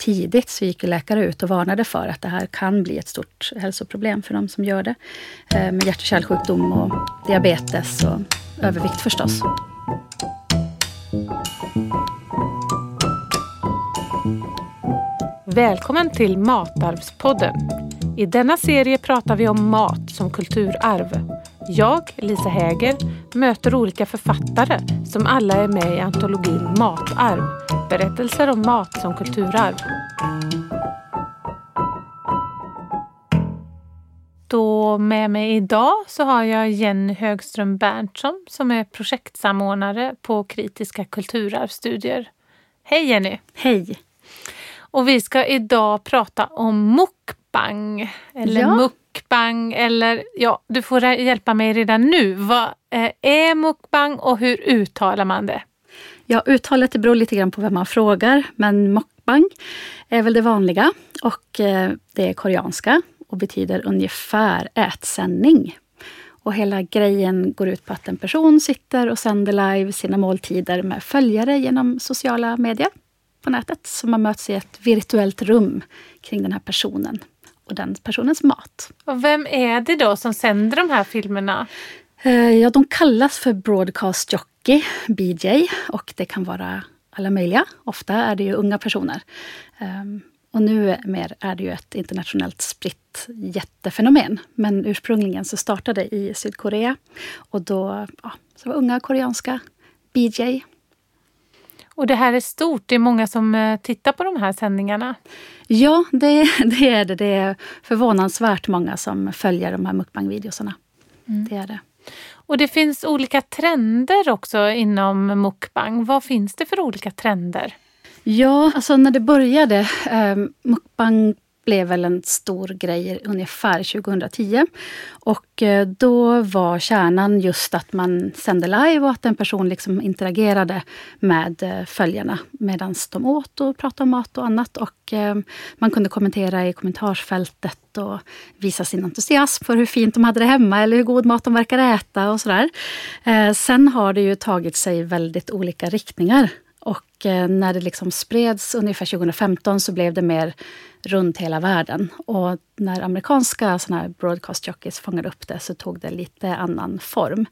tidigt så gick läkare ut och varnade för att det här kan bli ett stort hälsoproblem för de som gör det. Med hjärt- och kärlsjukdom och diabetes och övervikt förstås. Välkommen till Matarvspodden. I denna serie pratar vi om mat som kulturarv. Jag, Lisa Häger, möter olika författare som alla är med i antologin Matarv. Berättelser om mat som kulturarv. Då med mig idag så har jag Jenny Högström Berntsson som är projektsamordnare på Kritiska kulturarvsstudier. Hej Jenny! Hej! Och vi ska idag prata om mukbang. Eller mukbang. Eller du får hjälpa mig redan nu. Vad är mukbang och hur uttalar man det? Ja, uttalet beror lite grann på vem man frågar. Men mukbang är väl det vanliga. Och det är koreanska och betyder ungefär ätsändning. Och hela grejen går ut på att en person sitter och sänder live sina måltider med följare genom sociala medier på nätet. Så man möts i ett virtuellt rum kring den här personen och den personens mat. Och vem är det då som sänder de här filmerna? Ja, de kallas för broadcast jockey, BJ, och det kan vara alla möjliga. Ofta är det ju unga personer. Och nu är det ju ett internationellt spritt jättefenomen. Men ursprungligen så startade i Sydkorea. Och då så var unga koreanska BJ. Och det här är stort. Det är många som tittar på de här sändningarna. Ja, det är det. Det är förvånansvärt många som följer de här mukbang-videosarna. Det är det. Och det finns olika trender också inom mukbang. Vad finns det för olika trender? Ja, alltså när det började, mukbang blev väl en stor grej ungefär 2010. Och då var kärnan just att man sände live och att en person liksom interagerade med följarna medan de åt och pratade om mat och annat. Och man kunde kommentera i kommentarsfältet och visa sin entusiasm för hur fint de hade det hemma eller hur god mat de verkar äta och sådär. Sen har det ju tagit sig väldigt olika riktningar. Och när det liksom spreds ungefär 2015 så blev det mer runt hela världen. Och när amerikanska såna här broadcast jockeys fångade upp det så tog det lite annan form.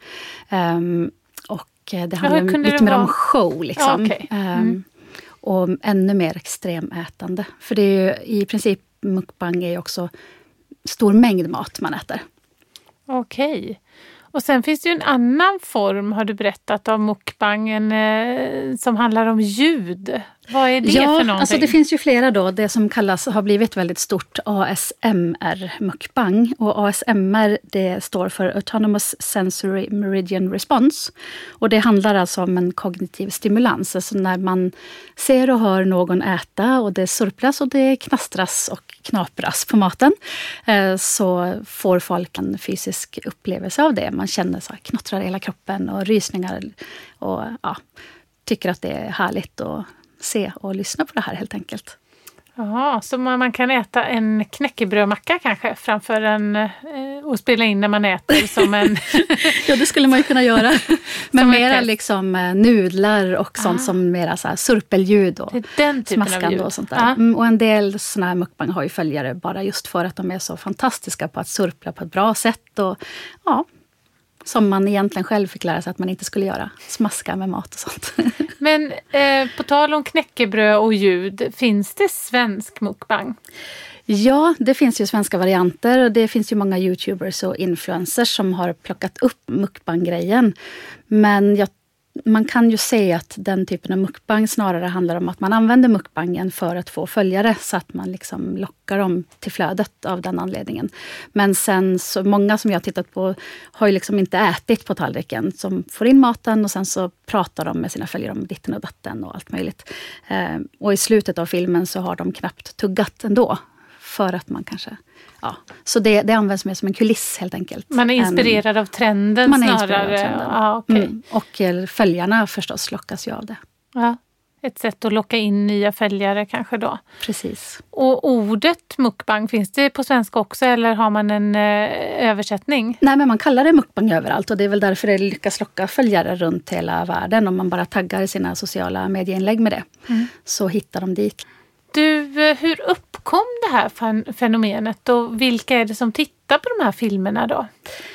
Och det handlade lite mer om show liksom. Okay. Och ännu mer extremätande. För det är ju i princip mukbang är ju också stor mängd mat man äter. Okej. Och sen finns det ju en annan form, har du berättat, av mukbangen som handlar om ljud. Vad är det för någonting? Alltså det finns ju flera då. Det som har blivit väldigt stort ASMR-mukbang. Och ASMR det står för Autonomous Sensory Meridian Response. Och det handlar alltså om en kognitiv stimulans. Alltså när man ser och hör någon äta och det surplas och det knastras och knapras på maten. Så får folk en fysisk upplevelse av det. Man känner så här, knottrar i hela kroppen och rysningar. Och tycker att det är härligt att se och lyssna på det här helt enkelt. Ja, så man kan äta en knäckebrödmacka kanske framför och spela in när man äter som en... Ja, det skulle man ju kunna göra. Men mera liksom nudlar och sånt som mera så här surpelljud och smaskande och sånt där. Och en del såna här mukbang har ju följare bara just för att de är så fantastiska på att surpla på ett bra sätt och som man egentligen själv fick lära sig att man inte skulle göra. Smaska med mat och sånt. Men på tal om knäckebröd och ljud, finns det svensk mukbang? Ja, det finns ju svenska varianter och det finns ju många YouTubers och influencers som har plockat upp mukbang-grejen. Men man kan ju se att den typen av mukbang snarare handlar om att man använder mukbangen för att få följare så att man liksom lockar dem till flödet av den anledningen. Men sen så många som jag har tittat på har ju liksom inte ätit på tallriken, som får in maten och sen så pratar de med sina följare om ditten och datten och allt möjligt. Och i slutet av filmen så har de knappt tuggat ändå för att man kanske... Ja, så det används mer som en kuliss helt enkelt. Man är inspirerad av trenden man snarare. Är inspirerad av trenden. Ja, okay. Och följarna förstås lockas ju av det. Ja, ett sätt att locka in nya följare kanske då. Precis. Och ordet mukbang, finns det på svenska också eller har man en översättning? Nej, men man kallar det mukbang överallt och det är väl därför det lyckas locka följare runt hela världen. Om man bara taggar sina sociala medieinlägg med det så hittar de dit. Du, hur uppkom det här fenomenet och vilka är det som tittar på de här filmerna då?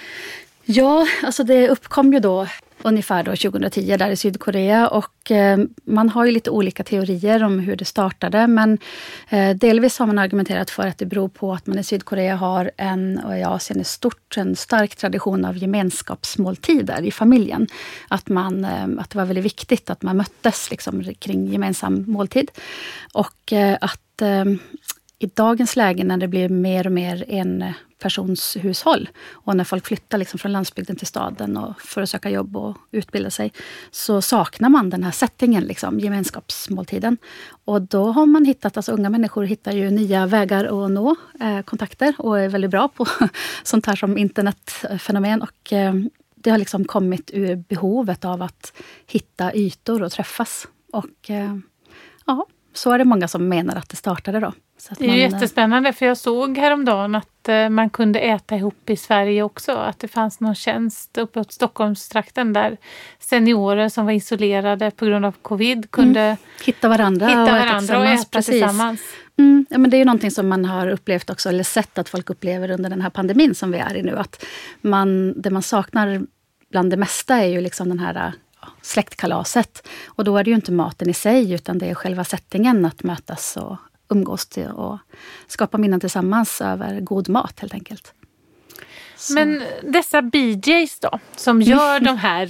Ja, alltså det uppkom ju då ungefär då 2010 där i Sydkorea och man har ju lite olika teorier om hur det startade, men delvis har man argumenterat för att det beror på att man i Sydkorea har och i Asien i stort en stark tradition av gemenskapsmåltider i familjen. Att det var väldigt viktigt att man möttes liksom kring gemensam måltid och att i dagens läge när det blir mer och mer en persons hushåll och när folk flyttar liksom från landsbygden till staden och för att söka jobb och utbilda sig, så saknar man den här settingen, liksom, gemenskapsmåltiden. Och då har man hittat, alltså unga människor hittar ju nya vägar att nå kontakter och är väldigt bra på sånt här som internetfenomen, och det har liksom kommit ur behovet av att hitta ytor och träffas. Och ja, så är det många som menar att det startade då. Så att det är ju jättespännande, för jag såg häromdagen att man kunde äta ihop i Sverige också. Att det fanns någon tjänst uppåt Stockholmstrakten där seniorer som var isolerade på grund av covid kunde hitta varandra och äta tillsammans. Ja, men det är ju någonting som man har upplevt också, eller sett att folk upplever under den här pandemin som vi är i nu. Att det man saknar bland det mesta är ju liksom den här släktkalaset. Och då är det ju inte maten i sig, utan det är själva settingen att mötas och umgås och skapa minnen tillsammans över god mat helt enkelt. Så. Men dessa BJs då, som gör de här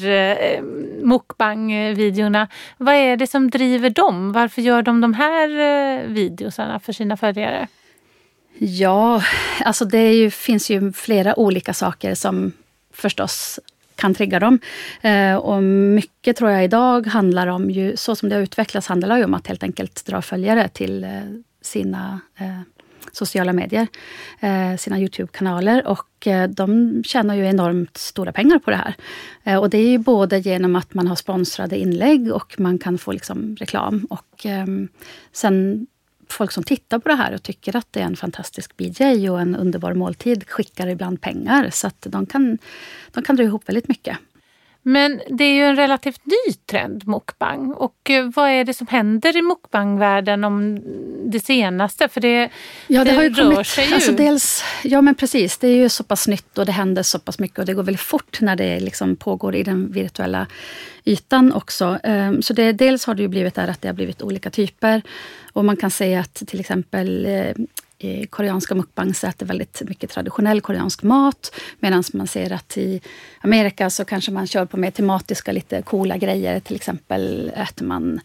mukbang-videorna, vad är det som driver dem? Varför gör de här videosarna för sina följare? Ja, alltså finns ju flera olika saker som förstås kan trigga dem. Och mycket tror jag idag handlar om, så som det har utvecklats, handlar ju om att helt enkelt dra följare till sina sociala medier, sina YouTube-kanaler, och de tjänar ju enormt stora pengar på det här. Och det är ju både genom att man har sponsrade inlägg och man kan få liksom reklam, och sen folk som tittar på det här och tycker att det är en fantastisk BJ och en underbar måltid skickar ibland pengar, så att de kan dra ihop väldigt mycket. Men det är ju en relativt ny trend, mukbang. Och vad är det som händer i mukbangvärlden om det senaste? För det har ju rör sig ju. Alltså ja, men precis. Det är ju så pass nytt och det händer så pass mycket. Och det går väldigt fort när det liksom pågår i den virtuella ytan också. Så dels har det ju blivit att det har blivit olika typer. Och man kan säga att till exempel koreanska mukbangs äter väldigt mycket traditionell koreansk mat, medan man ser att i Amerika så kanske man kör på mer tematiska, lite coola grejer. Till exempel äter man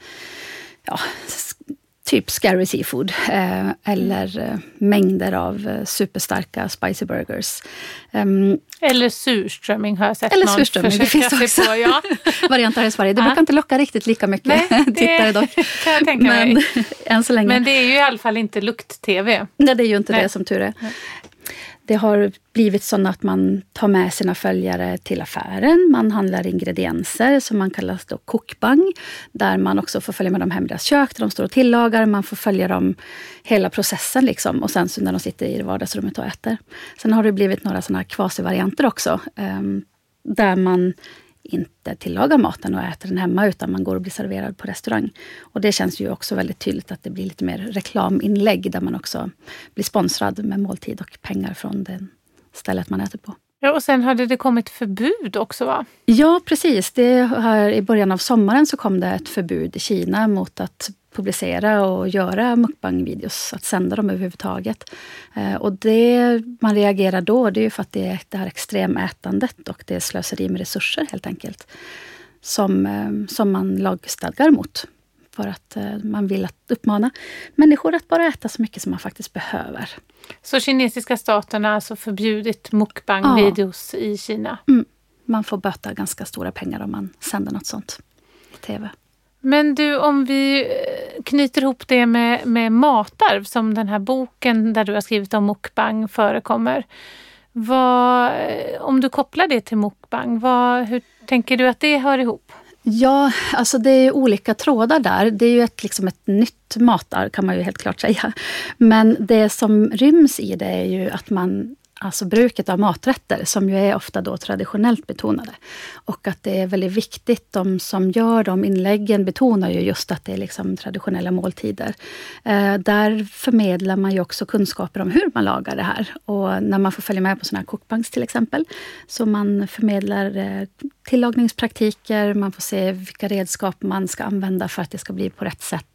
typ scary seafood eller mängder av superstarka spicy burgers. Eller surströmming har jag sett. Eller surströmming, det finns också på, ja. Varianter i Sverige. Det brukar inte locka riktigt lika mycket tittare dock. Kan jag tänka mig. Än så länge. Men det är ju i alla fall inte lukt-tv. Nej, det är ju inte det, som tur är. Nej. Det har blivit så att man tar med sina följare till affären. Man handlar ingredienser som man kallar då kokbang. Där man också får följa med dem hem i deras kök. Där de står och tillagar. Man får följa dem hela processen liksom. Och sen så när de sitter i vardagsrummet och äter. Sen har det blivit några sådana här kvasivarianter också. Där man inte tillagar maten och äter den hemma, utan man går och blir serverad på restaurang. Och det känns ju också väldigt tydligt att det blir lite mer reklaminlägg där man också blir sponsrad med måltid och pengar från det stället man äter på. Ja, och sen hade det kommit förbud också, va? Ja, precis. I början av sommaren så kom det ett förbud i Kina mot att publicera och göra mukbang-videos, att sända dem överhuvudtaget. Och det man reagerar då, det är ju för att det är det här extremätandet och det är slöseri med resurser helt enkelt. Som man lagstadgar mot. För att man vill uppmana människor att bara äta så mycket som man faktiskt behöver. Så kinesiska staten har alltså förbjudit mukbang-videos i Kina? Man får böta ganska stora pengar om man sänder något sånt i tv. Men du, om vi knyter ihop det med matarv, som den här boken där du har skrivit om mukbang förekommer. Om du kopplar det till mukbang, hur tänker du att det hör ihop? Ja, alltså det är olika trådar där. Det är ju ett nytt matarv kan man ju helt klart säga. Men det som ryms i det är ju att man alltså bruket av maträtter som ju är ofta då traditionellt betonade. Och att det är väldigt viktigt, de som gör de inläggen betonar ju just att det är liksom traditionella måltider. Där förmedlar man ju också kunskaper om hur man lagar det här. Och när man får följa med på sådana här cookbanks till exempel, så man förmedlar tillagningspraktiker, man får se vilka redskap man ska använda för att det ska bli på rätt sätt.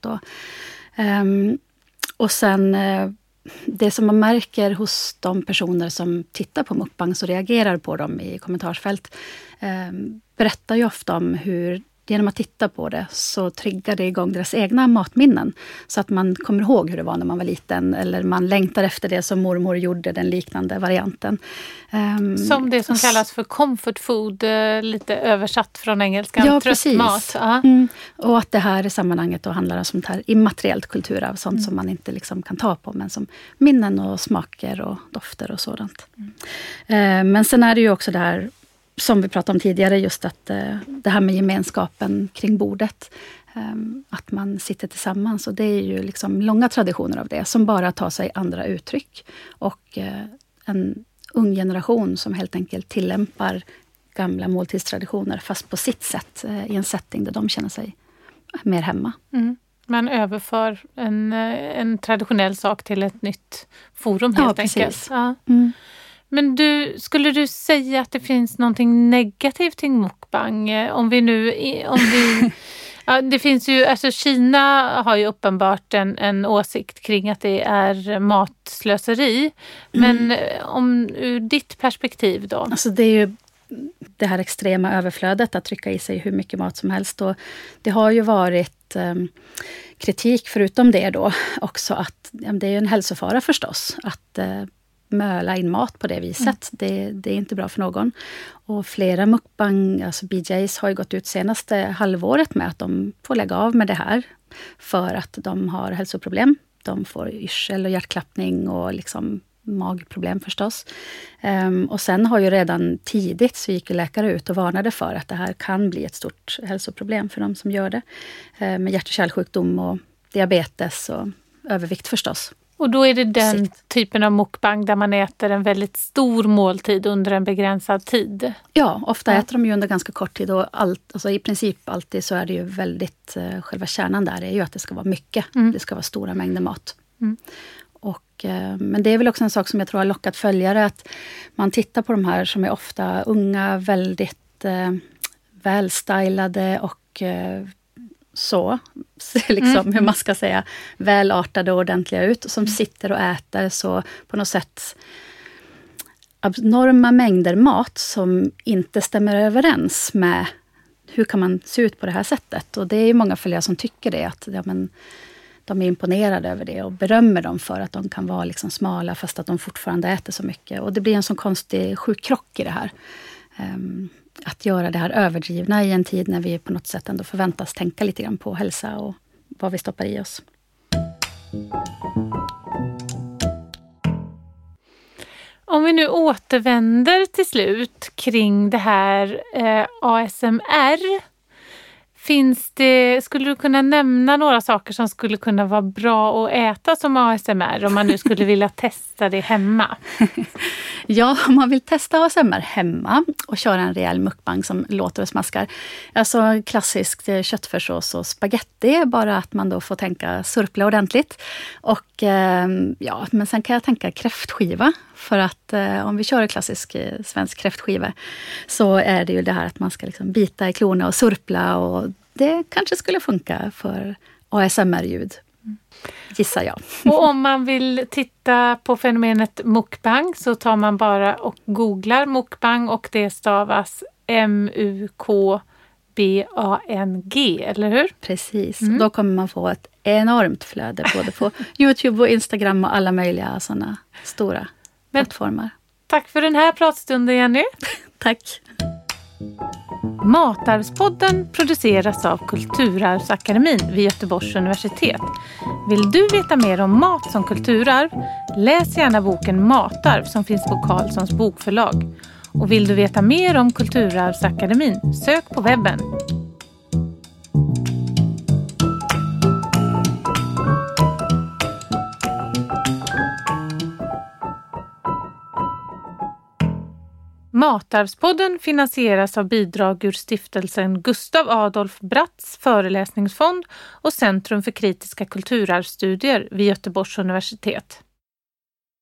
Och sen det som man märker hos de personer som tittar på mukbangs och reagerar på dem i kommentarsfält berättar ju ofta om hur genom att titta på det så triggar det igång deras egna matminnen. Så att man kommer ihåg hur det var när man var liten. Eller man längtar efter det som mormor gjorde, den liknande varianten. Som det som kallas för comfort food, lite översatt från engelskan. Ja, tröstmat. Och att det här i sammanhanget då handlar om sånt här immateriellt kulturarv. Sånt som man inte liksom kan ta på, men som minnen och smaker och dofter och sådant. Men sen är det ju också det här som vi pratade om tidigare, just att det här med gemenskapen kring bordet. Att man sitter tillsammans. Och det är ju liksom långa traditioner av det som bara tar sig andra uttryck. Och en ung generation som helt enkelt tillämpar gamla måltidstraditioner fast på sitt sätt i en setting där de känner sig mer hemma. Man överför en traditionell sak till ett nytt forum helt enkelt. Ja. Men skulle du säga att det finns någonting negativt kring mukbang? Det finns ju, alltså Kina har ju uppenbart en åsikt kring att det är matslöseri. Men ur ditt perspektiv då? Alltså det är ju det här extrema överflödet att trycka i sig hur mycket mat som helst. Och det har ju varit kritik förutom det då också att det är en hälsofara förstås att möla in mat på det viset. Det är inte bra för någon. Och flera mukbang, alltså BJs, har ju gått ut senaste halvåret med att de får lägga av med det här för att de har hälsoproblem. De får yrsel och hjärtklappning och liksom magproblem förstås. Och sen har ju redan tidigt så gick läkare ut och varnade för att det här kan bli ett stort hälsoproblem för de som gör det. Med hjärt- och kärlsjukdom och diabetes och övervikt förstås. Och då är det den typen av mukbang där man äter en väldigt stor måltid under en begränsad tid? Ja, ofta äter de ju under ganska kort tid och alltså i princip alltid så är det ju väldigt, själva kärnan där är ju att det ska vara mycket. Det ska vara stora mängder mat. Men det är väl också en sak som jag tror har lockat följare, att man tittar på de här som är ofta unga, väldigt välstylade och så liksom, hur man ska säga, välartade och ordentliga ut, som sitter och äter så på något sätt abnorma mängder mat som inte stämmer överens med hur kan man se ut på det här sättet. Och det är ju många följare som tycker det, att de är imponerade över det och berömmer dem för att de kan vara liksom smala fast att de fortfarande äter så mycket. Och det blir en sån konstig sjuk krock i det här. Att göra det här överdrivna i en tid när vi på något sätt ändå förväntas tänka lite grann på hälsa och vad vi stoppar i oss. Om vi nu återvänder till slut kring det här ASMR. Skulle du kunna nämna några saker som skulle kunna vara bra att äta som ASMR om man nu skulle vilja testa det hemma? Ja, om man vill testa ASMR hemma och köra en rejäl mukbang som låter och smaskar. Alltså klassiskt köttfärssås och spaghetti är bara att man då får tänka surpla ordentligt. Och men sen kan jag tänka kräftskiva. För att om vi kör en klassisk svensk kräftskiva så är det ju det här att man ska liksom bita i klorna och surpla, och det kanske skulle funka för ASMR-ljud. Gissar jag. Och om man vill titta på fenomenet mukbang så tar man bara och googlar mukbang, och det stavas MUKBANG, eller hur? Precis, och då kommer man få ett enormt flöde både på YouTube och Instagram och alla möjliga sådana stora plattformar. Tack för den här pratstunden, Jenny. Tack. Matarvspodden produceras av Kulturarvsakademin vid Göteborgs universitet. Vill du veta mer om mat som kulturarv? Läs gärna boken Matarv som finns på Carlssons bokförlag. Och vill du veta mer om Kulturarvsakademin, sök på webben. Matarvspodden finansieras av bidrag ur stiftelsen Gustav Adolf Bratts föreläsningsfond och Centrum för kritiska kulturarvsstudier vid Göteborgs universitet.